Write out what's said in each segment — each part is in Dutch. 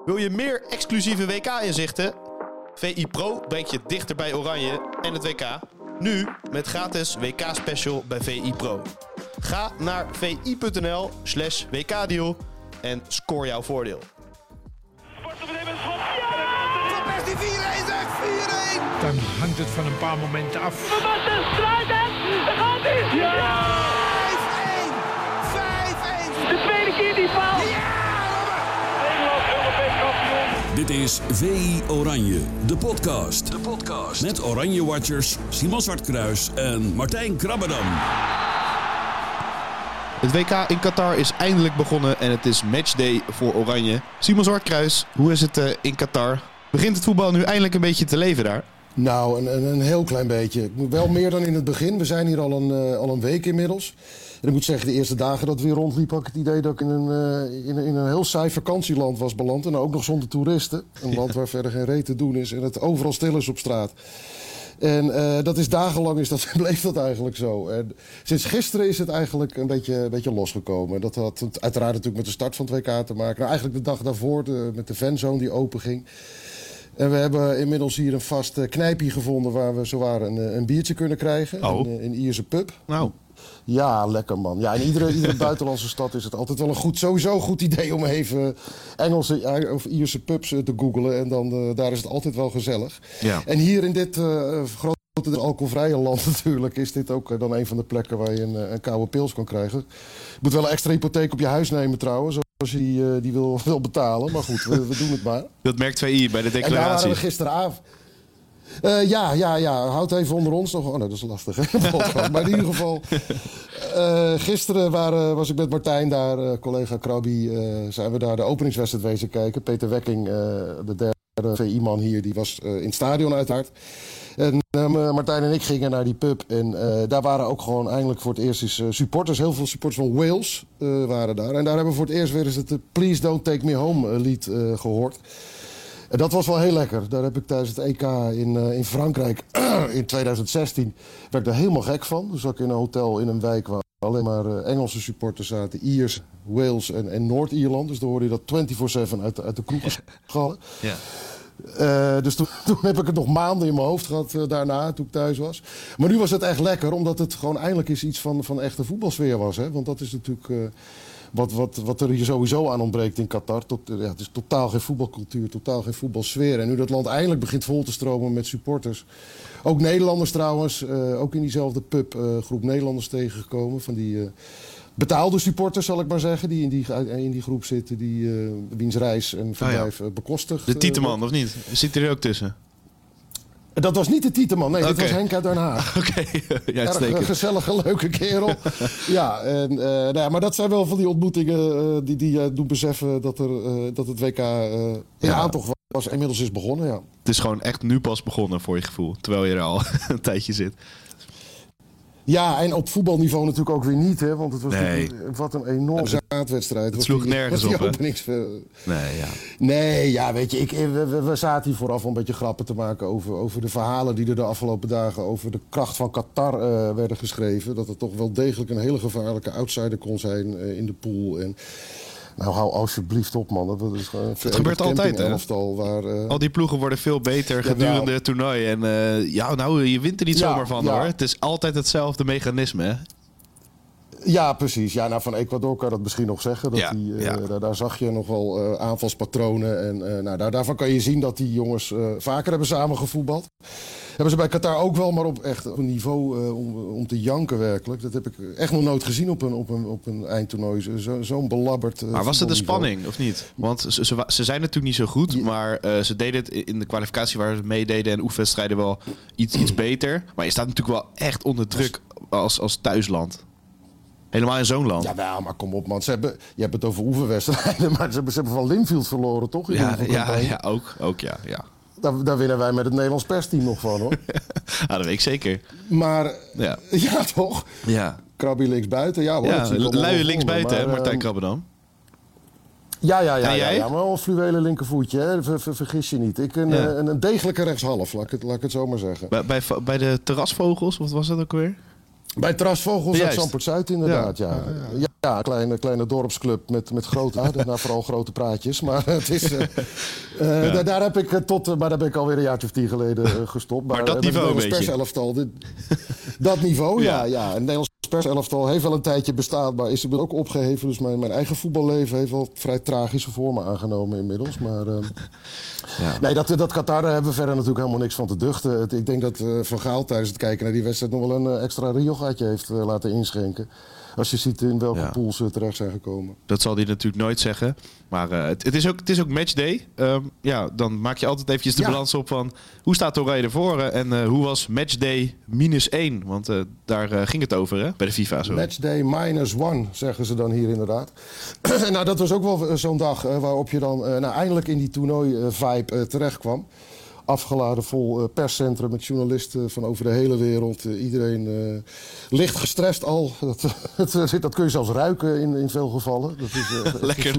Wil je meer exclusieve WK-inzichten? VI Pro brengt je dichter bij Oranje en het WK. Nu met gratis WK-special bij VI Pro. Ga naar vi.nl/WK-deal en score jouw voordeel. Van Persie 4-1 zeg, 4-1! Dan hangt het van een paar momenten af. Van Basten sluit hem, daar gaat hij! Ja! 5-1! De tweede keer die fout! Ja! Nederland Europees kampioen! Dit is VI Oranje, de podcast. Met Oranje Watchers Simon Zwartkruis en Martijn Krabbedam. Het WK in Qatar is eindelijk begonnen en het is matchday voor Oranje. Simon Zwartkruis, hoe is het in Qatar? Begint het voetbal nu eindelijk een beetje te leven daar? Nou, een heel klein beetje. Wel meer dan in het begin. We zijn hier al een week inmiddels. En ik moet zeggen, de eerste dagen dat we weer rondliep, had ik het idee dat ik in een heel saai vakantieland was beland. En ook nog zonder toeristen. Een land waar verder geen reet te doen is en het overal stil is op straat. En dat is dagenlang bleef dat eigenlijk zo. En sinds gisteren is het eigenlijk een beetje losgekomen. Dat had uiteraard natuurlijk met de start van het WK te maken. Nou, eigenlijk de dag daarvoor met de fanzone die open ging. En we hebben inmiddels hier een vast knijpje gevonden waar we zowaar een biertje kunnen krijgen. Oh. Een Ierse pub. Nou. Ja, lekker man. Ja, in iedere buitenlandse stad is het altijd wel sowieso een goed idee om even Engelse of Ierse pubs te googlen. En dan daar is het altijd wel gezellig. Ja. En hier in dit grote alcoholvrije land natuurlijk is dit ook dan een van de plekken waar je een koude pils kan krijgen. Je moet wel een extra hypotheek op je huis nemen trouwens, als je die wil betalen. Maar goed, we doen het maar. Dat merkt VI bij de En daar declaratie. waren we gisteravond. Houd even onder ons nog. Oh, nee, dat is lastig. Hè? Maar in ieder geval, gisteren was ik met Martijn daar, collega Krabby, zijn we daar de openingswedstrijd wezen kijken. Peter Wekking, de derde VI-man hier, die was in het stadion uiteraard. En Martijn en ik gingen naar die pub en daar waren ook gewoon eindelijk voor het eerst supporters. Heel veel supporters van Wales waren daar. En daar hebben we voor het eerst weer eens het Please Don't Take Me Home lied gehoord. En dat was wel heel lekker. Daar heb ik tijdens het EK in Frankrijk in 2016... werd ik er helemaal gek van. Dus zat ik in een hotel in een wijk waar alleen maar Engelse supporters zaten. Iers, Wales en Noord-Ierland. Dus dan hoorde je dat 24/7 uit de kroeg schallen. Ja. Dus toen heb ik het nog maanden in mijn hoofd gehad daarna, toen ik thuis was. Maar nu was het echt lekker, omdat het gewoon eindelijk eens iets van echte voetbalsfeer was. Hè? Want dat is natuurlijk... Wat er hier sowieso aan ontbreekt in Qatar. Het is totaal geen voetbalcultuur, totaal geen voetbalsfeer. En nu dat land eindelijk begint vol te stromen met supporters. Ook Nederlanders trouwens, ook in diezelfde pub groep Nederlanders tegengekomen. Van die betaalde supporters, zal ik maar zeggen, die in die groep zitten. Wiens reis en verblijf bekostigt. De Tieteman, of niet? Zit er ook tussen? Dat was niet de Tieteman, nee, Okay. dit was Henk uit Den Haag. Oké, Erg gezellige, leuke kerel. Ja, maar dat zijn wel van die ontmoetingen die doen beseffen dat het WK in aantocht was. Inmiddels is begonnen, ja. Het is gewoon echt nu pas begonnen voor je gevoel, terwijl je er al een tijdje zit. Ja, en op voetbalniveau natuurlijk ook weer niet, hè? Want het was wat een enorm zaadwedstrijd. Het sloeg nergens op, hè? Nee, ja, weet je, we zaten hier vooraf een beetje grappen te maken over de verhalen die er de afgelopen dagen over de kracht van Qatar werden geschreven. Dat het toch wel degelijk een hele gevaarlijke outsider kon zijn in de pool. En nou, hou alsjeblieft op, man. Dat is het gebeurt altijd, hè? Waar, al die ploegen worden veel beter gedurende het toernooi. En je wint er niet zomaar van, hoor. Het is altijd hetzelfde mechanisme, hè? Ja, precies. Ja, nou, van Ecuador kan je dat misschien nog zeggen. Daar zag je nog wel aanvalspatronen. En daarvan kan je zien dat die jongens vaker hebben samengevoetbald. Hebben ze bij Qatar ook wel, maar op echt een niveau om te janken werkelijk. Dat heb ik echt nog nooit gezien op een eindtoernooi. Zo'n belabberd maar was het de spanning, of niet? Want ze zijn natuurlijk niet zo goed, maar ze deden het in de kwalificatie waar ze meededen en oefenwedstrijden wel iets beter. Maar je staat natuurlijk wel echt onder druk als thuisland. Helemaal in zo'n land. Ja, nou, maar kom op, man. Je hebt het over oefenwedstrijden, maar ze hebben van Linfield verloren, toch? Ook. Daar winnen wij met het Nederlands persteam nog van, hoor. Dat weet ik zeker. Maar, ja toch? Ja. Krabby linksbuiten, ja hoor. Luie linksbuiten, hè, Martijn Krabbedam? Ja, jij? maar wel een fluwelen linkervoetje, hè. Vergis je niet. Een degelijke rechtshalf, laat ik het zo maar zeggen. Bij de terrasvogels, wat was dat ook weer? Bij Trasvogels uit Juist. Zandpoort-Zuid inderdaad, ja. Ja, kleine dorpsclub met grote, vooral grote praatjes. Maar het is, daar heb ik maar daar ben ik alweer een jaartje of 10 geleden gestopt. Maar dat niveau een beetje. Perselftal, dat niveau, ja. Een Nederlands perselftal heeft wel een tijdje bestaan, maar is ook opgeheven. Dus mijn eigen voetballeven heeft wel vrij tragische vormen aangenomen inmiddels. Maar nee, dat Qatar, daar hebben we verder natuurlijk helemaal niks van te duchten. Ik denk dat Van Gaal tijdens het kijken naar die wedstrijd nog wel een extra Riojaatje heeft laten inschenken. Als je ziet in welke pools ze terecht zijn gekomen. Dat zal hij natuurlijk nooit zeggen. Maar het is ook matchday. Dan maak je altijd eventjes de balans op van... hoe staat Oranje ervoor en hoe was matchday -1? Want daar ging het over, hè? Bij de FIFA. Zo. Matchday -1, zeggen ze dan hier inderdaad. Nou, dat was ook wel zo'n dag waarop je dan eindelijk in die toernooi-vibe terecht kwam. Afgeladen vol perscentrum met journalisten van over de hele wereld. Iedereen licht gestrest al. Dat kun je zelfs ruiken in veel gevallen. Dat is, Lekker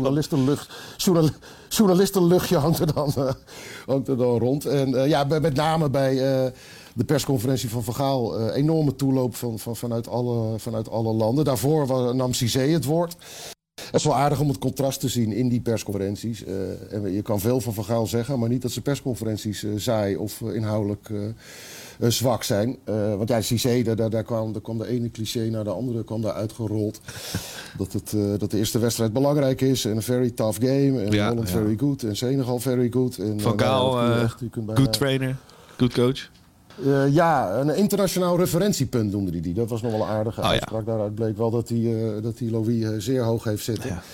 journalistenluchtje hangt er dan rond. En met name bij de persconferentie van Van Gaal enorme toeloop vanuit alle landen. Daarvoor nam Cissé het woord. Het is wel aardig om het contrast te zien in die persconferenties. En je kan veel van Gaal zeggen, maar niet dat zijn persconferenties saai of inhoudelijk zwak zijn. Want ja, Cissé, daar kwam de ene cliché naar de andere kwam daar uitgerold. Dat de eerste wedstrijd belangrijk is en een very tough game. En Holland very good en Senegal very good. En, Van Gaal, good trainer, good coach. Een internationaal referentiepunt noemde hij die. Dat was nog wel een aardige uitspraak. Daaruit bleek wel dat hij Louis zeer hoog heeft zitten.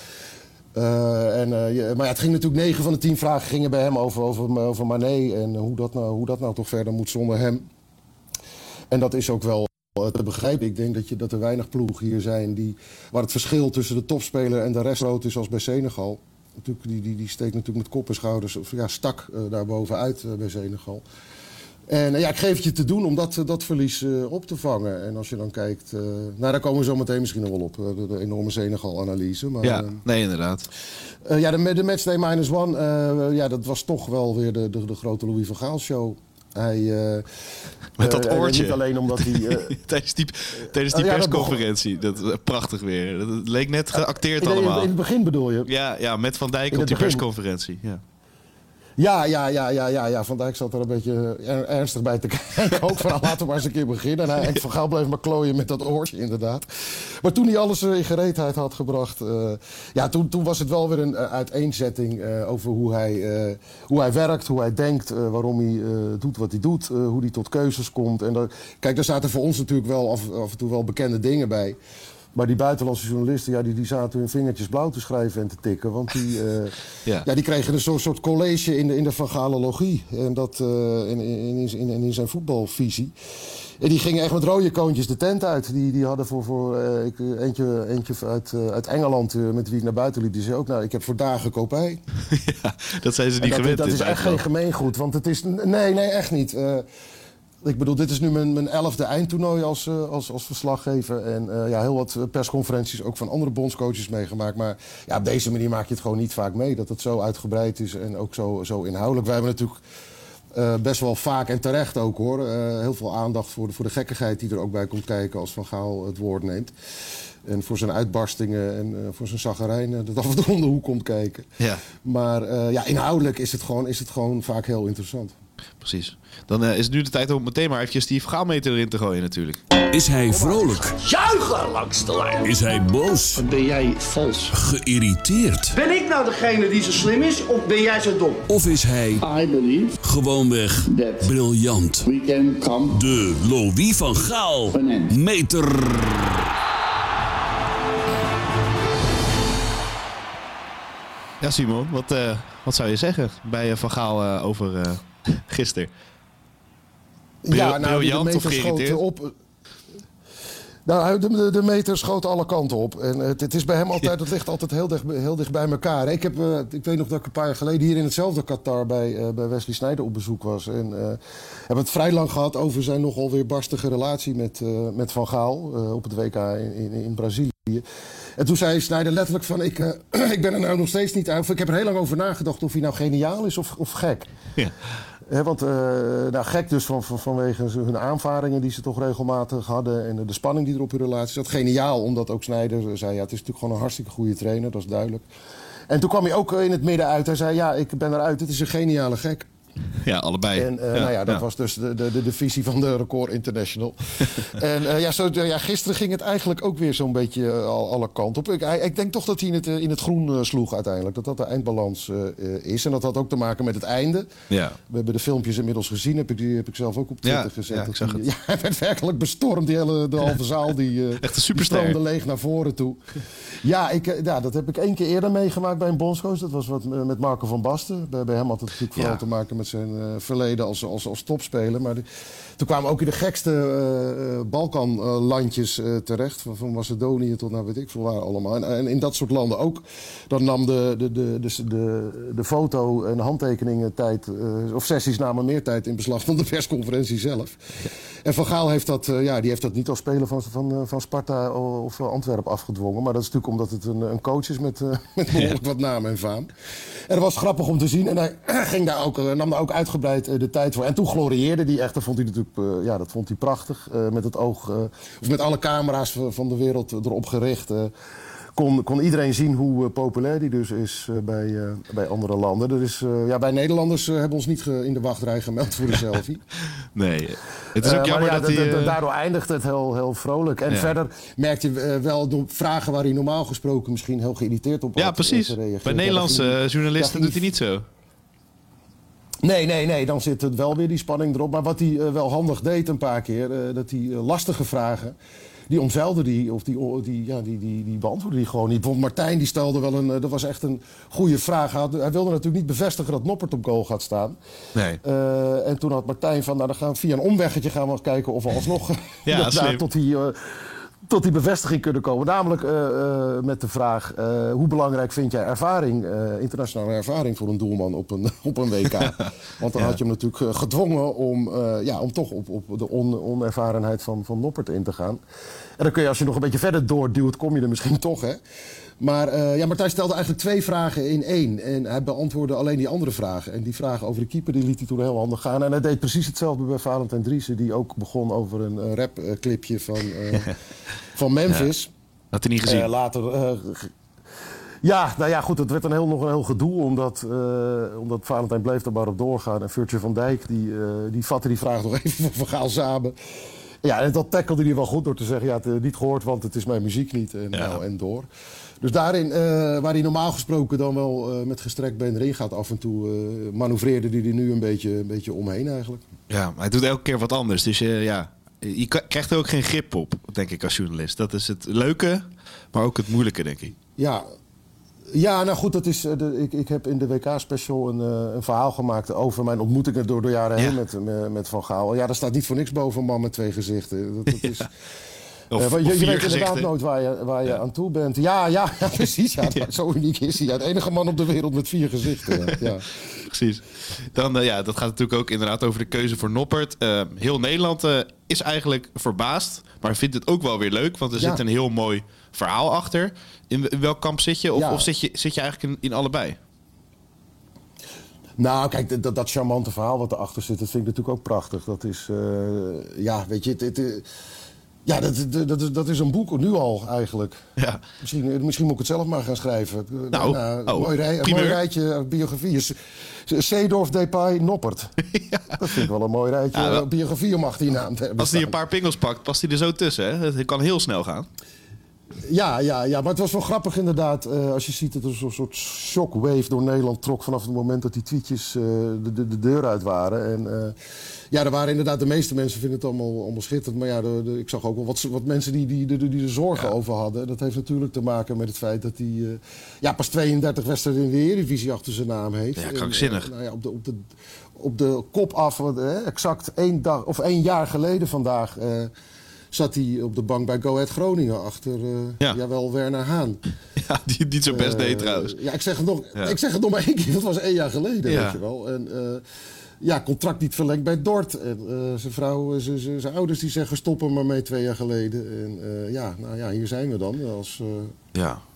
Ja. Maar het ging natuurlijk 9 van de 10 vragen gingen bij hem over Mané. En hoe dat nou toch verder moet zonder hem. En dat is ook wel te begrijpen. Ik denk dat er weinig ploegen hier zijn waar het verschil tussen de topspeler en de rest groot is als bij Senegal. Die steekt natuurlijk met kop en schouders, stak daarbovenuit bij Senegal. En ik geef het je te doen om dat verlies op te vangen. En als je dan kijkt... daar komen we zo meteen misschien nog wel op. De enorme Senegal-analyse. Maar, nee, inderdaad. De matchday -1... dat was toch wel weer de grote Louis van Gaal show. Met dat oortje. Niet alleen omdat hij... tijdens die persconferentie. Dat prachtig weer. Dat leek net geacteerd allemaal. In het begin bedoel je? Ja, met Van Dijk op die persconferentie. Ja. Van Dijk zat er een beetje ernstig bij te kijken. Ook van, laten we maar eens een keer beginnen. En Van Gaal bleef maar klooien met dat oortje, inderdaad. Maar toen hij alles in gereedheid had gebracht... toen was het wel weer een uiteenzetting over hoe hij werkt, hoe hij denkt... waarom hij doet wat hij doet, hoe hij tot keuzes komt. En daar zaten voor ons natuurlijk wel af en toe wel bekende dingen bij... Maar die buitenlandse journalisten, die zaten hun vingertjes blauw te schrijven en te tikken. Want die kregen een soort college in de Van Gaal-logie. En dat in zijn voetbalvisie. En die gingen echt met rode koontjes de tent uit. Die hadden eentje uit Engeland met wie ik naar buiten liep. Die zei ook, ik heb voor dagen kopij. Ja, dat zijn ze niet gewend. Dat is echt geen gemeengoed. Want het is... Nee, echt niet. Ik bedoel, dit is nu mijn 11e eindtoernooi als verslaggever. En heel wat persconferenties ook van andere bondscoaches meegemaakt. Maar op deze manier maak je het gewoon niet vaak mee. Dat het zo uitgebreid is en ook zo inhoudelijk. Wij hebben natuurlijk best wel vaak en terecht ook hoor. Heel veel aandacht voor de gekkigheid die er ook bij komt kijken als Van Gaal het woord neemt. En voor zijn uitbarstingen en voor zijn chaggerijn dat af en toe om de hoek komt kijken. Ja. Maar inhoudelijk is het gewoon vaak heel interessant. Precies. Dan is het nu de tijd om meteen maar eventjes die vergaalmeter erin te gooien natuurlijk. Is hij vrolijk? Juichen langs de lijn. Is hij boos? Wat ben jij vals? Geïrriteerd? Ben ik nou degene die zo slim is of ben jij zo dom? Of is hij I believe gewoonweg that briljant? we can come De Louis van Gaal an end. meter. Ja, Simon, wat zou je zeggen bij Van Gaal over gisteren? Briljant of geïrriteerd? De meter schoot alle kanten op. En het is bij hem altijd, het ligt altijd heel dicht bij elkaar. Ik weet nog dat ik een paar jaar geleden hier in hetzelfde Qatar bij Wesley Sneijder op bezoek was. En hebben het vrij lang gehad over zijn nogal weer barstige relatie met Van Gaal op het WK in Brazilië. En toen zei Sneijder letterlijk van, ik ben er nou nog steeds niet uit. Ik heb er heel lang over nagedacht of hij nou geniaal is of gek. Ja. Want gek dus vanwege hun aanvaringen die ze toch regelmatig hadden. En de spanning die er op hun relatie zat. Geniaal, omdat ook Sneijder zei, ja, het is natuurlijk gewoon een hartstikke goede trainer, dat is duidelijk. En toen kwam hij ook in het midden uit. Hij zei, ja, ik ben eruit, het is een geniale gek. Ja, allebei. En dat was dus de visie van de Record International. En gisteren ging het eigenlijk ook weer zo'n beetje alle kanten op. Ik denk toch dat hij in het groen sloeg uiteindelijk. Dat de eindbalans is. En dat had ook te maken met het einde. Ja. We hebben de filmpjes inmiddels gezien. Die heb ik zelf ook op Twitter gezet. Ja, ik zag het. Ja, hij werd werkelijk bestormd. De halve zaal die echt een superster. stroomde leeg naar voren toe. Dat heb ik 1 keer eerder meegemaakt bij een bondscoach. Dat was met Marco van Basten. Bij hem had het natuurlijk vooral te maken met zijn verleden als topspeler. Maar toen kwamen ook in de gekste Balkanlandjes terecht. Van Macedonië tot weet ik veel waar allemaal. En in dat soort landen ook. Dan nam de foto- en handtekeningen tijd, of sessies namen meer tijd in beslag dan de persconferentie zelf. En Van Gaal heeft dat, die heeft dat niet als speler van Sparta of Antwerpen afgedwongen. Maar dat is natuurlijk omdat het een coach is met behoorlijk wat naam en faam. En dat was grappig om te zien. En hij nam daar ook uitgebreid de tijd voor. En toen glorieerde hij echt. Dat vond hij natuurlijk dat vond hij prachtig. Met het oog, of met alle camera's van de wereld erop gericht. Kon iedereen zien hoe populair die dus is bij andere landen. Dus wij Nederlanders hebben ons niet in de wachtrij gemeld voor de selfie. Nee, het is ook jammer dat hij... Daardoor eindigt het heel vrolijk. En verder merk je wel door vragen waar hij normaal gesproken misschien heel geïrriteerd op had. Ja, precies. Bij Nederlandse journalisten doet hij niet zo. Nee, dan zit het wel weer die spanning erop. Maar wat hij wel handig deed een paar keer, dat hij lastige vragen... Die omzeilde die beantwoordde die gewoon niet. Bijvoorbeeld Martijn die stelde wel dat was echt een goede vraag. Hij wilde natuurlijk niet bevestigen dat Noppert op goal gaat staan. Nee. En toen had Martijn van, dan gaan we via een omweggetje gaan we kijken of we alsnog tot die bevestiging kunnen komen. Namelijk met de vraag, hoe belangrijk vind jij internationale ervaring voor een doelman op een WK? Want dan had je hem natuurlijk gedwongen om toch op de onervarenheid van Noppert in te gaan. En dan kun je, als je nog een beetje verder doorduwt, kom je er misschien toch, hè? Maar Martijn stelde eigenlijk 2 vragen in 1. En hij beantwoordde alleen die andere vragen. En die vragen over de keeper, die liet hij toen heel handig gaan. En hij deed precies hetzelfde bij Valentijn Driessen, die ook begon over een rapclipje van Memphis. Ja, had hij niet gezien. Later... goed, het werd nog een heel gedoe, omdat Valentijn bleef er maar op doorgaan. En Virtue van Dijk, die vatte die vraag nog even voor Van Gaal samen. Ja, en dat tackelde hij wel goed door te zeggen, het niet gehoord, want het is mijn muziek niet. En door. Dus daarin, waar hij normaal gesproken dan wel met gestrekt been erin gaat af en toe, manoeuvreerde hij er nu een beetje omheen eigenlijk. Ja, maar hij doet elke keer wat anders. Dus je krijgt er ook geen grip op, denk ik, als journalist. Dat is het leuke, maar ook het moeilijke, denk ik. Ja, nou goed, dat is, ik heb in de WK-special een verhaal gemaakt over mijn ontmoetingen door de jaren heen met Van Gaal. Ja, daar staat niet voor niks boven een man met 2 gezichten. Dat is... je weet inderdaad nooit waar je aan toe bent. Ja, precies. Ja, zo uniek is hij. Het enige man op de wereld met 4 gezichten. Ja. Precies. Dan, dat gaat natuurlijk ook inderdaad over de keuze voor Noppert. Heel Nederland is eigenlijk verbaasd, maar vindt het ook wel weer leuk. Want er zit een heel mooi verhaal achter. In welk kamp zit je? Of zit je eigenlijk in allebei? Nou, kijk, dat charmante verhaal wat erachter zit, dat vind ik natuurlijk ook prachtig. Dat is, weet je... dat is een boek nu al eigenlijk. Ja. Misschien moet ik het zelf maar gaan schrijven. Mooi rijtje biografieën. Seedorf, Depay, Noppert. Ja. Dat vind ik wel een mooi rijtje biografie om achter je naam te hebben. Als hij een paar pingels pakt, past hij er zo tussen. Hè? Het kan heel snel gaan. Ja, maar het was wel grappig inderdaad. Als je ziet dat er zo'n soort shockwave door Nederland trok vanaf het moment dat die tweetjes de deur uit waren. En er waren inderdaad, de meeste mensen vinden het allemaal schitterend. Maar ik zag ook wel wat mensen die er zorgen over hadden. Dat heeft natuurlijk te maken met het feit dat hij pas 32 wedstrijden in de Eredivisie achter zijn naam heeft. Ja, krankzinnig. Op de kop af, exact 1 jaar geleden vandaag... zat hij op de bank bij Go Ahead Groningen achter Werner Haan. Ja, die niet zo best deed trouwens. Ja, ik zeg het nog maar 1 keer. Dat was 1 jaar geleden, weet je wel. En contract niet verlengd bij Dort. En zijn vrouw, zijn ouders die zeggen stop er maar mee 2 jaar geleden. En hier zijn we dan.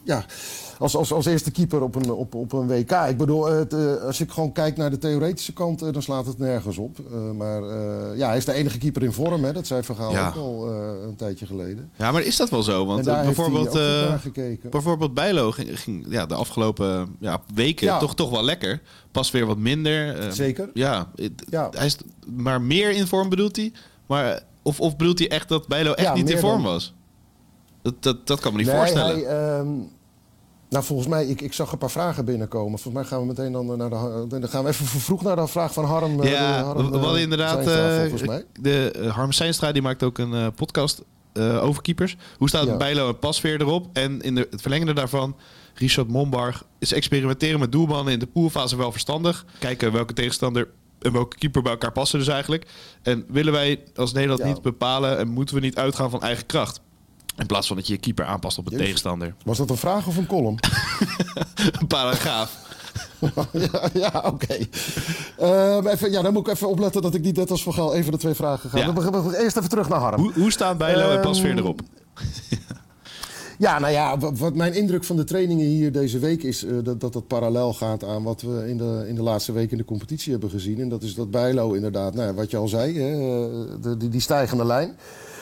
als eerste keeper op een WK. Ik bedoel, als ik gewoon kijk naar de theoretische kant, dan slaat het nergens op. Maar hij is de enige keeper in vorm, hè? Dat zei Van Gaal ook al een tijdje geleden. Ja, maar is dat wel zo? Want bijvoorbeeld Bijlo ging de afgelopen weken toch wel lekker. Pas weer wat minder. Zeker. Hij is maar meer in vorm, bedoelt hij? Maar, of bedoelt hij echt dat Bijlo echt niet in vorm was? Dat kan me niet voorstellen. Volgens mij, ik zag een paar vragen binnenkomen. Volgens mij gaan we meteen dan gaan we even vroeg naar de vraag van Harm. We hadden inderdaad Harm Seinstra, die maakt ook een podcast over keepers. Hoe staat Bijlo en Pasveer erop? En in het verlengde daarvan, Richard Mombarg, is experimenteren met doelmannen in de poolfase wel verstandig. Kijken welke tegenstander en welke keeper bij elkaar passen dus eigenlijk. En willen wij als Nederland niet bepalen en moeten we niet uitgaan van eigen kracht? In plaats van dat je keeper aanpast op de tegenstander. Was dat een vraag of een column? Een paragraaf. Oké. Dan moet ik even opletten dat ik niet net als Van Gaal even de 2 vragen ga. Dan beginnen we eerst even terug naar Harm. Hoe staan Bijlo en Pasveer erop? Wat mijn indruk van de trainingen hier deze week is dat parallel gaat aan wat we in de laatste week in de competitie hebben gezien. En dat is dat Bijlo inderdaad, wat je al zei, die stijgende lijn.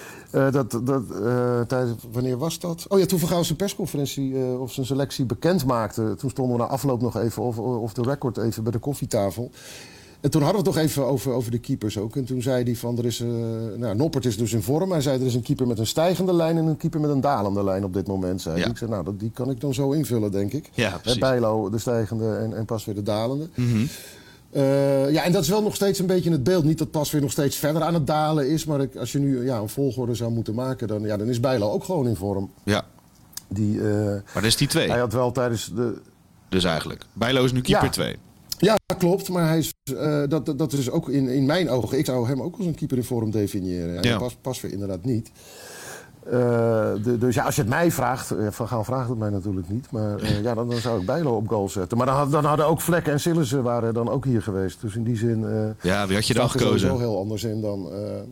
Wanneer was dat? Toen Van Gaal zijn persconferentie of zijn selectie bekend maakte. Toen stonden we na afloop nog even off the record even bij de koffietafel. En toen hadden we het toch even over de keepers ook. En toen zei hij van, Noppert is dus in vorm. Hij zei, er is een keeper met een stijgende lijn en een keeper met een dalende lijn op dit moment. Zei hij. Ik zei, die kan ik dan zo invullen, denk ik. Ja, precies. Bijlo de stijgende en Pasveer de dalende. Mm-hmm. En dat is wel nog steeds een beetje het beeld. Niet dat Pasveer nog steeds verder aan het dalen is. Maar als je nu een volgorde zou moeten maken, dan is Bijlo ook gewoon in vorm. Ja. Maar dat is die 2. Hij had wel tijdens de... Dus eigenlijk. Bijlo is nu keeper 2. Ja, klopt. Maar hij is, dat is ook in mijn ogen... Ik zou hem ook als een keeper in vorm definiëren. Ja. Pasveer inderdaad niet. Dus als je het mij vraagt... Van Gaal vraagt het mij natuurlijk niet. Maar dan zou ik Bijlo op goal zetten. Maar dan hadden ook Vlek en Sillissen waren dan ook hier geweest. Dus in die zin... wie had je dan gekozen? Er sowieso heel anders in dan...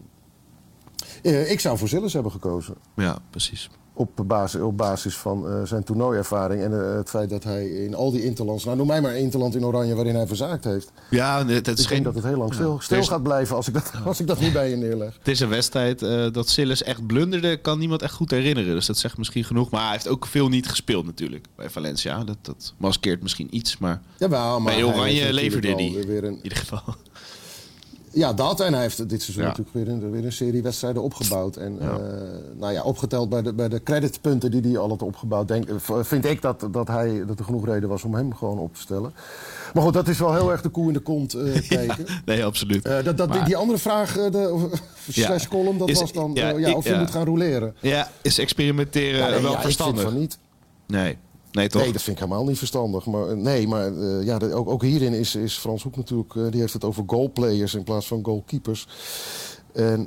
ik zou voor Sillissen hebben gekozen. Ja, precies. Op basis van zijn toernooiervaring en het feit dat hij in al die interlands... noem mij maar interland in Oranje waarin hij verzaakt heeft. Ja, het is denk dat het heel lang stil gaat blijven als ik dat niet bij je neerleg. Het is een wedstrijd dat Sillis echt blunderde, kan niemand echt goed herinneren. Dus dat zegt misschien genoeg. Maar hij heeft ook veel niet gespeeld natuurlijk bij Valencia. Dat maskeert misschien iets, maar maar bij Oranje leverde hij in ieder geval. Ja, dat. En hij heeft dit seizoen natuurlijk weer een serie wedstrijden opgebouwd. En opgeteld bij de creditpunten die hij al had opgebouwd, vind ik dat er genoeg reden was om hem gewoon op te stellen. Maar goed, dat is wel heel erg de koe in de kont kijken. Nee, absoluut. Die andere vraag, slash column, dat was dan of je moet gaan roleren. Ja, is experimenteren wel verstandig? Ik vind van niet. Nee, toch? Nee, dat vind ik helemaal niet verstandig. Maar ook hierin is Frans Hoek natuurlijk... die heeft het over goalplayers in plaats van goalkeepers. En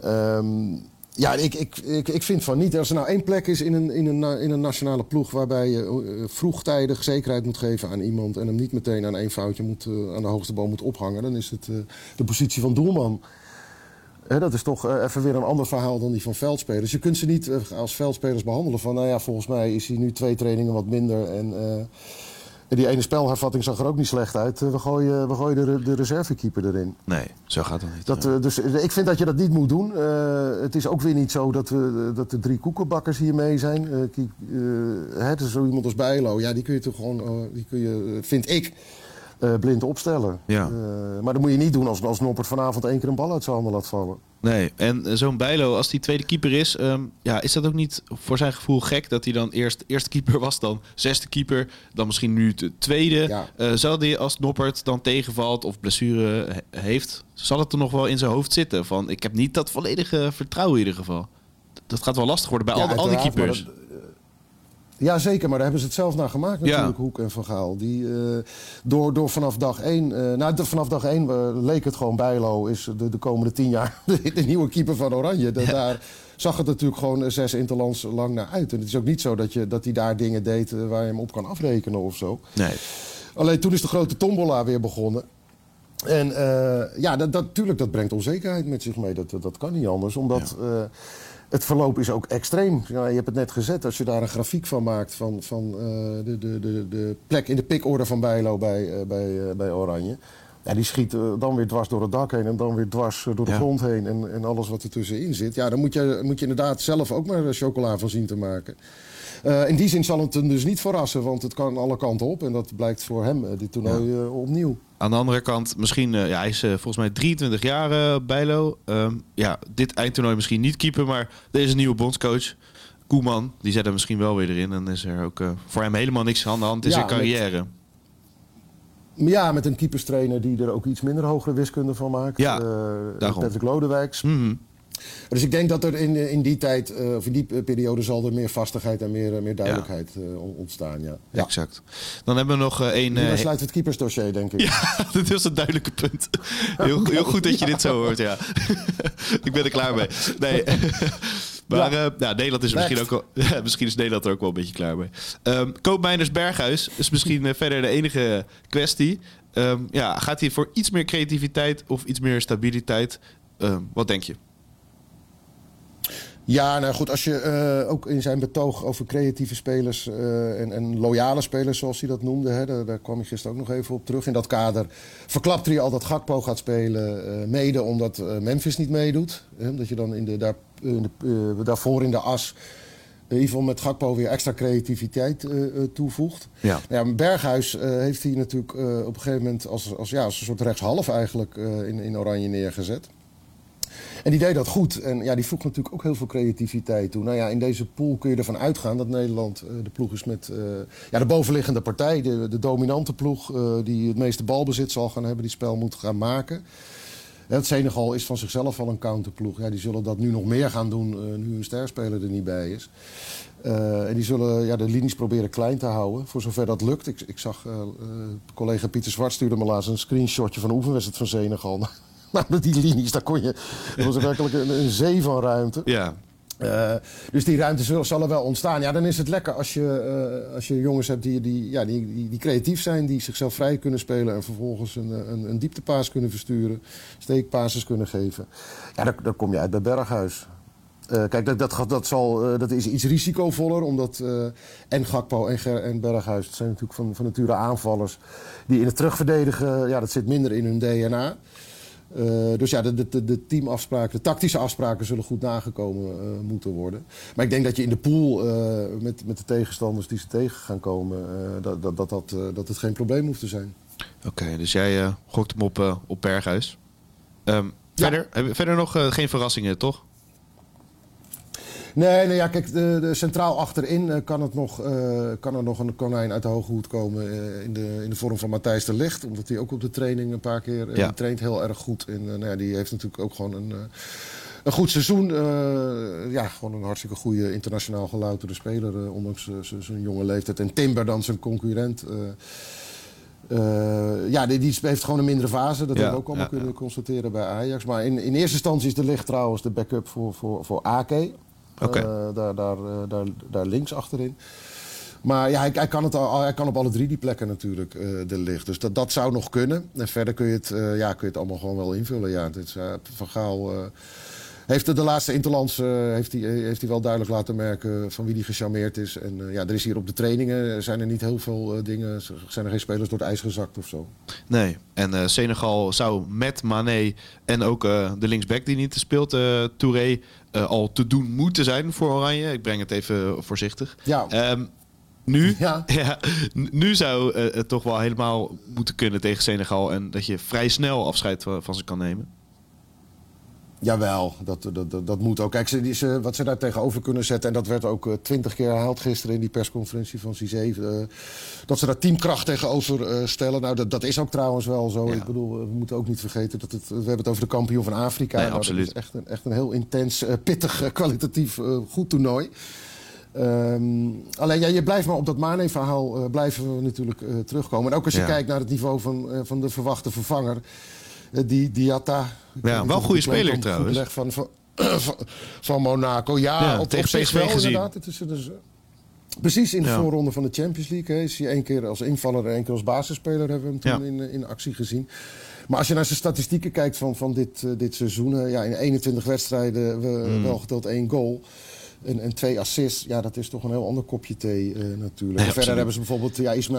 ik vind van niet. Als er nou één plek is in een nationale ploeg... waarbij je vroegtijdig zekerheid moet geven aan iemand... en hem niet meteen aan één foutje aan de hoogste boom moet ophangen... dan is het de positie van doelman. Dat is toch even weer een ander verhaal dan die van veldspelers. Je kunt ze niet als veldspelers behandelen van... volgens mij is hij nu 2 trainingen wat minder... en die ene spelhervatting zag er ook niet slecht uit. We gooien de reservekeeper erin. Nee, zo gaat het niet. Dus ik vind dat je dat niet moet doen. Het is ook weer niet zo dat de 3 koekenbakkers hier mee zijn. Dus zo iemand als Bijlo, die kun je toch gewoon... vind ik... blind opstellen. Ja. Maar dat moet je niet doen als Noppert vanavond 1 keer een bal uit zijn handen laat vallen. Nee, en zo'n Bijlo, als die tweede keeper is... is dat ook niet voor zijn gevoel gek... dat hij dan eerste keeper was, dan 6e keeper... dan misschien nu de tweede. Ja. Zal hij als Noppert dan tegenvalt of blessure heeft... zal het er nog wel in zijn hoofd zitten? Van, ik heb niet dat volledige vertrouwen in ieder geval. Dat gaat wel lastig worden bij al die keepers. Ja, zeker, maar daar hebben ze het zelf naar gemaakt natuurlijk, Hoek en Van Gaal. Die, door vanaf dag 1... vanaf dag 1 leek het gewoon Bijlo is de komende 10 jaar de nieuwe keeper van Oranje. Daar zag het natuurlijk gewoon 6 interlands lang naar uit. En het is ook niet zo dat hij daar dingen deed waar je hem op kan afrekenen of zo. Nee. Alleen toen is de grote tombola weer begonnen. En tuurlijk, dat brengt onzekerheid met zich mee. Dat kan niet anders, omdat... Het verloop is ook extreem. Ja, je hebt het net gezet. Als je daar een grafiek van maakt van de plek in de pikorde van Bijlo bij Oranje. Ja, die schiet dan weer dwars door het dak heen en dan weer dwars door de grond heen en alles wat er tussenin zit. Ja, dan moet je inderdaad zelf ook maar chocola van zien te maken. In die zin zal het hem dus niet verrassen, want het kan alle kanten op. En dat blijkt voor hem dit toernooi opnieuw. Aan de andere kant, misschien, hij is volgens mij 23 jaar, Bijlo. Dit eindtoernooi misschien niet keeper, maar deze nieuwe bondscoach, Koeman, die zet hem misschien wel weer erin. En is er ook voor hem helemaal niks aan de hand in zijn carrière. Ja, met een keeperstrainer die er ook iets minder hogere wiskunde van maakt. Ja, Patrick Lodewijks. Mm-hmm. Dus ik denk dat er in die tijd, of in die periode, zal er meer vastigheid en meer duidelijkheid ontstaan. Ja. Exact. Dan hebben we nog één... Dan sluit het keepersdossier, denk ik. Ja, dat is een duidelijke punt. Heel goed dat je dit zo hoort, ja. Ik ben er klaar mee. Nee. Maar Nederland is misschien ook wel... misschien is Nederland er ook wel een beetje klaar mee. Koopmeiners Berghuis is misschien verder de enige kwestie. Gaat hij voor iets meer creativiteit of iets meer stabiliteit? Wat denk je? Ja, nou goed, als je ook in zijn betoog over creatieve spelers en loyale spelers, zoals hij dat noemde, hè, daar kwam je gisteren ook nog even op terug. In dat kader verklapte hij al dat Gakpo gaat spelen, mede omdat Memphis niet meedoet. Omdat je dan daarvoor in de as in ieder geval met Gakpo weer extra creativiteit toevoegt. Ja. Berghuis heeft hij natuurlijk op een gegeven moment als een soort rechtshalf eigenlijk in Oranje neergezet. En die deed dat goed. En die voegt natuurlijk ook heel veel creativiteit toe. Nou ja, in deze pool kun je ervan uitgaan dat Nederland de ploeg is met de bovenliggende partij. De dominante ploeg die het meeste balbezit zal gaan hebben. Die spel moet gaan maken. Het Senegal is van zichzelf al een counterploeg. Ja, die zullen dat nu nog meer gaan doen nu een sterspeler er niet bij is. En die zullen de linies proberen klein te houden. Voor zover dat lukt. Ik zag collega Pieter Zwart stuurde me laatst een screenshotje van de oefenwedstrijd van Senegal. Nou, die linies, dat was werkelijk een zee van ruimte. Ja. Dus die ruimte zal er wel ontstaan. Ja, dan is het lekker als je jongens hebt die creatief zijn, die zichzelf vrij kunnen spelen en vervolgens een dieptepaas kunnen versturen, steekpases kunnen geven. Ja, daar kom je uit bij Berghuis. Kijk, dat is iets risicovoller, omdat en Gakpo en Berghuis, dat zijn natuurlijk van nature aanvallers die in het terugverdedigen, dat zit minder in hun DNA. Dus de teamafspraken, de tactische afspraken zullen goed nagekomen moeten worden. Maar ik denk dat je in de pool met de tegenstanders die ze tegen gaan komen, dat het geen probleem hoeft te zijn. Oké, dus jij gokt hem op Berghuis. Verder nog geen verrassingen, toch? Nee, kijk, de centraal achterin kan er nog een konijn uit de hoge hoed komen in de vorm van Matthijs de Ligt. Omdat hij ook op de training een paar keer die traint heel erg goed. En die heeft natuurlijk ook gewoon een goed seizoen. Gewoon een hartstikke goede internationaal gelouterde speler, ondanks zijn jonge leeftijd. En Timber dan zijn concurrent. Die heeft gewoon een mindere fase. Dat hebben we ook allemaal kunnen constateren bij Ajax. Maar in eerste instantie is de Ligt trouwens de backup voor Ake. Okay. Daar links achterin. Maar hij kan op alle drie die plekken natuurlijk de Ligt. Dus dat zou nog kunnen. En verder kun je het allemaal gewoon wel invullen. Ja, Van Gaal heeft de laatste interlands heeft hij wel duidelijk laten merken van wie hij gecharmeerd is. En er is hier op de trainingen zijn er niet heel veel dingen. Zijn er geen spelers door het ijs gezakt of zo. Nee. En Senegal zou met Mané en ook de linksback die niet speelt, Touré, al te doen moeten zijn voor Oranje. Ik breng het even voorzichtig. Ja. Nu zou het toch wel helemaal moeten kunnen tegen Senegal. En dat je vrij snel afscheid van ze kan nemen. Jawel, dat moet ook. Kijk, wat ze daar tegenover kunnen zetten, en dat werd ook 20 keer herhaald gisteren in die persconferentie van Cizé, dat ze daar teamkracht tegenover stellen. Nou, dat is ook trouwens wel zo. Ja. Ik bedoel, we moeten ook niet vergeten dat we hebben het over de kampioen van Afrika. Nee, absoluut. Dat is echt een heel intens, pittig, kwalitatief goed toernooi. Alleen je blijft maar op dat Mane-verhaal blijven we natuurlijk terugkomen. En ook als je kijkt naar het niveau van de verwachte vervanger. Diatta. Ja, wel een goede speler trouwens. Van Monaco. Ja, op tegen zich PSV wel gezien. inderdaad. Het is Precies, in de voorronde van de Champions League. Hè, is hij 1 keer als invaller en 1 keer als basisspeler hebben we hem toen in actie gezien. Maar als je naar zijn statistieken kijkt van dit seizoen... in 21 wedstrijden wel geteld 1 goal... En 2 assists, dat is toch een heel ander kopje thee natuurlijk. Nee, en verder hebben ze bijvoorbeeld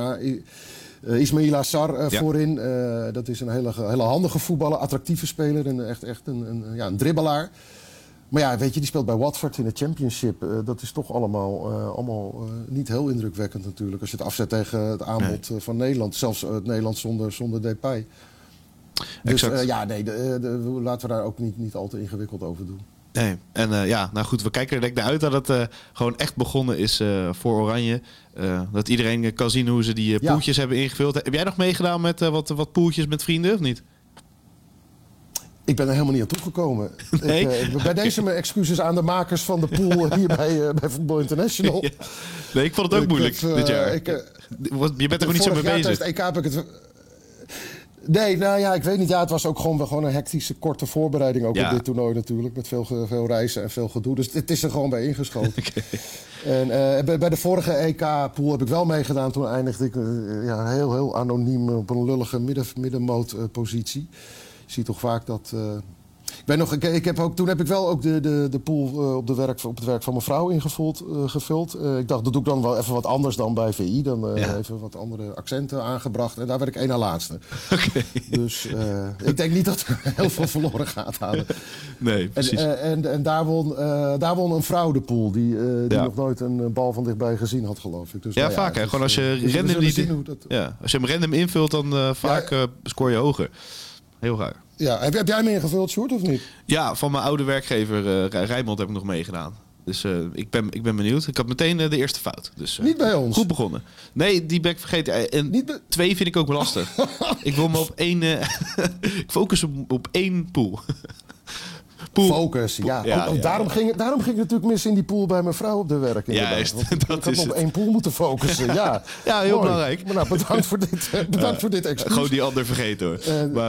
Ismaila Sarr voorin. Dat is een hele handige voetballer, attractieve speler en echt een dribbelaar. Maar weet je, die speelt bij Watford in de Championship. Dat is toch allemaal niet heel indrukwekkend natuurlijk. Als je het afzet tegen het aanbod van Nederland. Zelfs het Nederland zonder Depay. Dus laten we daar ook niet al te ingewikkeld over doen. Nee, en nou goed, we kijken er denk ik naar uit dat het gewoon echt begonnen is voor Oranje. Dat iedereen kan zien hoe ze die poeltjes hebben ingevuld. Heb jij nog meegedaan met wat poeltjes met vrienden of niet? Ik ben er helemaal niet aan toegekomen. Nee? Bij deze mijn excuses aan de makers van de pool hier bij Football International. Ja. Nee, ik vond het ook moeilijk dit jaar. Je bent er gewoon niet zo mee bezig. Tijdens het EK heb ik het... Nee, ik weet niet. Het was ook gewoon een hectische, korte voorbereiding ook op dit toernooi natuurlijk. Met veel reizen en veel gedoe. Dus het is er gewoon bij ingeschoten. Okay. En bij de vorige EK-pool heb ik wel meegedaan. Toen eindigde ik heel anoniem op een lullige middenmoot-positie. Je ziet toch vaak dat... Toen heb ik wel ook de pool op het werk van mijn vrouw gevuld. Ik dacht, dat doe ik dan wel even wat anders dan bij VI. Dan even wat andere accenten aangebracht. En daar werd ik 1 na laatste. Okay. Dus ik denk niet dat er heel veel verloren gaat halen. Nee, precies. En daar won een vrouw de pool. Die nog nooit een bal van dichtbij gezien had, geloof ik. Dus, vaak. Hè? Gewoon als je als je hem random invult, dan vaak scoor je hoger. Heel raar. Ja, heb jij mee ingevuld, Sjoerd, of niet? Ja, van mijn oude werkgever Rijnmond heb ik nog meegedaan. Dus ik ben benieuwd. Ik had meteen de eerste fout. Dus, niet bij ons? Goed begonnen. Nee, die ben ik vergeten. En 2 vind ik ook lastig. Ik wil me op 1... ik focus op 1 pool. Focus, daarom ging het natuurlijk mis in die pool bij mijn vrouw op de werk. Juist, ik had op 1 pool moeten focussen. Ja, heel belangrijk. Maar bedankt voor dit excuus. Gewoon die ander vergeten hoor.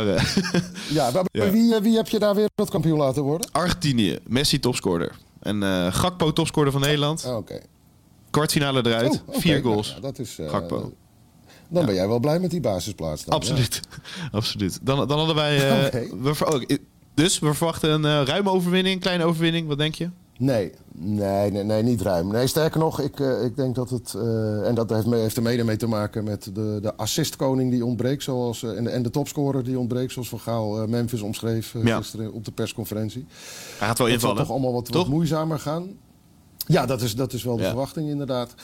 Wie heb je daar weer wereldkampioen laten worden? Argentinië, Messi topscorer. En Gakpo topscorer van Nederland. Okay. Kwartfinale eruit, 4 goals. Nou, dat is, Gakpo. Dan ben jij wel blij met die basisplaats dan. Absoluut. Absoluut. Dan hadden wij... Dus we verwachten een ruime overwinning, kleine overwinning. Wat denk je? Nee, niet ruim. Nee, sterker nog, ik denk dat het... en dat heeft er mede mee te maken met de assistkoning die ontbreekt. En de topscorer die ontbreekt, zoals Van Gaal Memphis omschreef gisteren op de persconferentie. Hij gaat wel invallen. Het zal toch allemaal wat moeizamer gaan. Ja, dat is wel de verwachting inderdaad.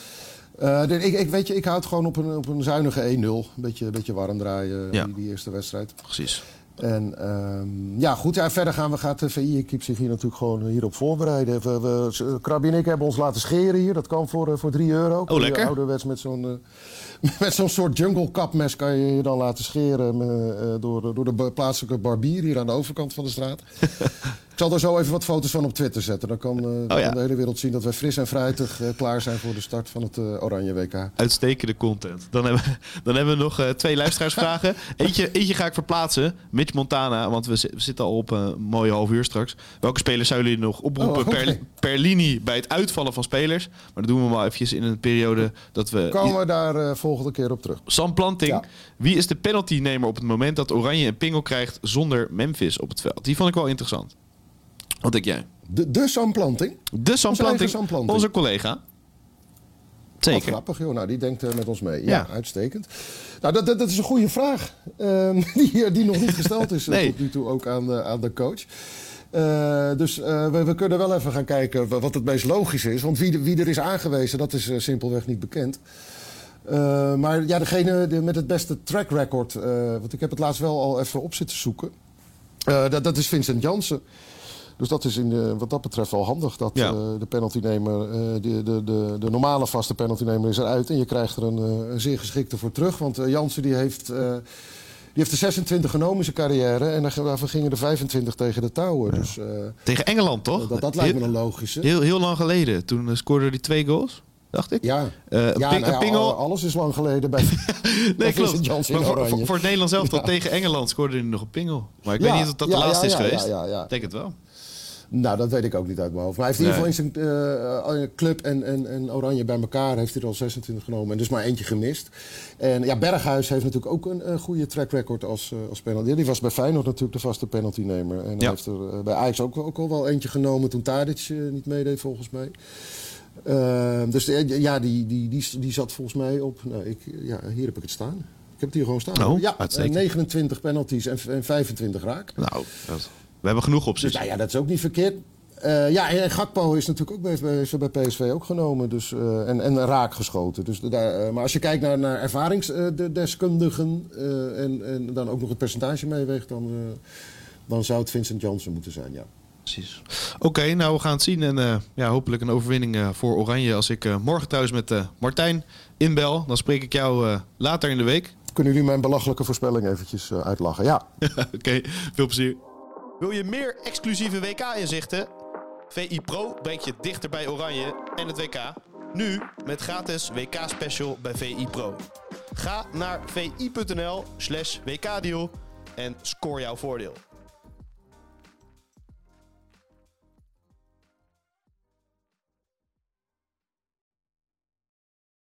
Ik houd gewoon op een zuinige 1-0. Een beetje warm draaien die eerste wedstrijd. Precies. En verder gaat de VI-equipe zich hier natuurlijk gewoon hierop voorbereiden. Krabi en ik hebben ons laten scheren hier. Dat kan voor €3. Oh, lekker. Ouderwets met zo'n soort jungle kapmes kan je je dan laten scheren door de plaatselijke barbier hier aan de overkant van de straat. Ik zal er zo even wat foto's van op Twitter zetten. Dan kan de hele wereld zien dat wij fris en fruitig klaar zijn voor de start van het Oranje WK. Uitstekende content. Dan hebben we nog 2 luisteraarsvragen. Eentje ga ik verplaatsen. Mitch Montana, want we zitten al op een mooie half uur straks. Welke spelers zouden jullie nog oproepen per linie bij het uitvallen van spelers? Maar dat doen we maar eventjes in een periode dat we... Komen we daar volgende keer op terug. Sam Planting. Ja. Wie is de penaltynemer op het moment dat Oranje een pingel krijgt zonder Memphis op het veld? Die vond ik wel interessant. Wat denk jij? De Sam Planting? De Sam Planting, onze collega. Zeker. Wat grappig, joh. Nou, die denkt met ons mee. Ja, uitstekend. Nou, dat is een goede vraag. Die nog niet gesteld is tot nu toe ook aan de coach. Dus we kunnen wel even gaan kijken wat het meest logisch is. Want wie er is aangewezen, dat is simpelweg niet bekend. Maar degene met het beste track record... want ik heb het laatst wel al even op zitten zoeken. Dat is Vincent Janssen. Dus dat is wat dat betreft wel handig. Dat de penaltynemer, de normale vaste penaltynemer is eruit. En je krijgt er een zeer geschikte voor terug. Want Janssen die heeft er 26 genomen in zijn carrière. En daarvan gingen er 25 tegen de touwen. Ja. Dus, tegen Engeland, toch? Dat lijkt me een logische. Heel lang geleden. Toen scoorde hij 2 goals. Dacht ik? Ja. Pingel. Alles is lang geleden bij nee, klopt. Maar voor het Nederlands elftal tegen Engeland scoorde hij nog een pingel. Maar ik weet niet of dat de laatste is geweest. Ja. Ik denk het wel. Nou, dat weet ik ook niet uit mijn hoofd. Maar hij heeft in ieder geval in zijn club en Oranje bij elkaar heeft hij er al 26 genomen. En dus maar eentje gemist. En ja, Berghuis heeft natuurlijk ook een goede track record als penalty. Die was bij Feyenoord natuurlijk de vaste penaltynemer. En hij heeft er bij Ajax ook al wel eentje genomen toen Tadic niet meedeed volgens mij. Dus ja, die zat volgens mij op... Nou, hier heb ik het staan. Ik heb het hier gewoon staan. Oh, ja, uitstekend. 29 penalties en 25 raak. Nou, we hebben genoeg opties. Dus nou ja, dat is ook niet verkeerd. En Gakpo is natuurlijk ook bij PSV ook genomen. Dus, en raak geschoten. Dus maar als je kijkt naar ervaringsdeskundigen en dan ook nog het percentage meeweegt, dan zou het Vincent Janssen moeten zijn, ja. Precies. Oké, nou we gaan het zien. En hopelijk een overwinning voor Oranje. Als ik morgen trouwens met Martijn inbel, dan spreek ik jou later in de week. Kunnen jullie mijn belachelijke voorspelling eventjes uitlachen? Ja. Oké, veel plezier. Wil je meer exclusieve WK-inzichten? VI Pro brengt je dichter bij Oranje en het WK. Nu met gratis WK-special bij VI Pro. Ga naar vi.nl/WK-deal en score jouw voordeel.